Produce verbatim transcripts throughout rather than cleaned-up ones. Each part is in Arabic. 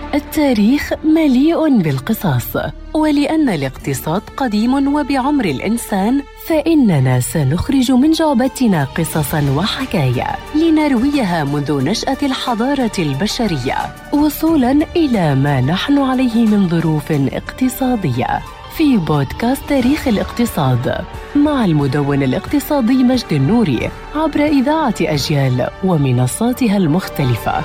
التاريخ مليء بالقصص، ولأن الاقتصاد قديم وبعمر الإنسان، فإننا سنخرج من جعبتنا قصصاً وحكايا لنرويها منذ نشأة الحضارة البشرية وصولاً إلى ما نحن عليه من ظروف اقتصادية، في بودكاست تاريخ الاقتصاد مع المدون الاقتصادي مجد النوري عبر إذاعة أجيال ومنصاتها المختلفة.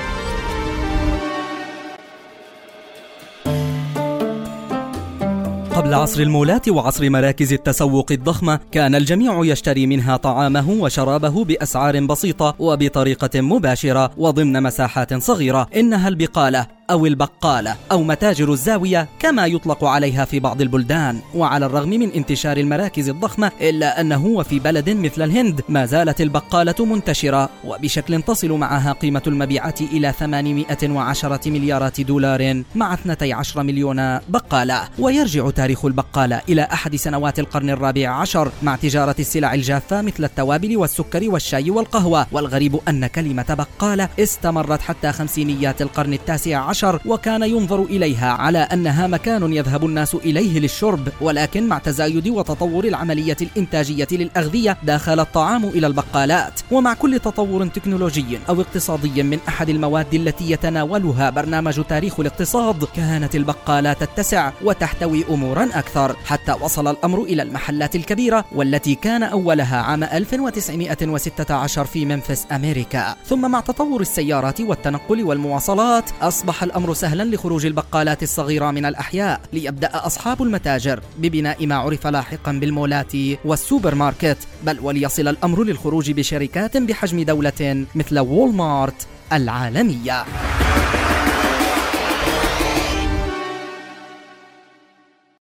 قبل عصر المولات وعصر مراكز التسوق الضخمة، كان الجميع يشتري منها طعامه وشرابه بأسعار بسيطة وبطريقة مباشرة وضمن مساحات صغيرة. إنها البقالة أو البقالة أو متاجر الزاوية كما يطلق عليها في بعض البلدان. وعلى الرغم من انتشار المراكز الضخمة، إلا أنه وفي بلد مثل الهند ما زالت البقالة منتشرة وبشكل تصل معها قيمة المبيعات إلى ثمانمائة وعشرة مليارات دولار مع اثنتي عشر مليون بقالة. ويرجع تاريخ البقالة إلى أحد سنوات القرن الرابع عشر مع تجارة السلع الجافة مثل التوابل والسكر والشاي والقهوة. والغريب أن كلمة بقالة استمرت حتى خمسينيات القرن التاسع عشر، وكان ينظر إليها على أنها مكان يذهب الناس إليه للشرب. ولكن مع تزايد وتطور العملية الإنتاجية للأغذية، دخل الطعام إلى البقالات. ومع كل تطور تكنولوجي أو اقتصادي من أحد المواد التي يتناولها برنامج تاريخ الاقتصاد، كانت البقالة تتسع وتحتوي أمورا أكثر، حتى وصل الأمر إلى المحلات الكبيرة، والتي كان أولها عام ألف وتسعمائة وستة عشر في منفس أمريكا. ثم مع تطور السيارات والتنقل والمواصلات، أصبح الأمر سهلا لخروج البقالات الصغيرة من الأحياء، ليبدأ أصحاب المتاجر ببناء ما عرف لاحقا بالمولات والسوبر ماركت، بل وليصل الأمر للخروج بشركات بحجم دولة مثل وول مارت العالمية.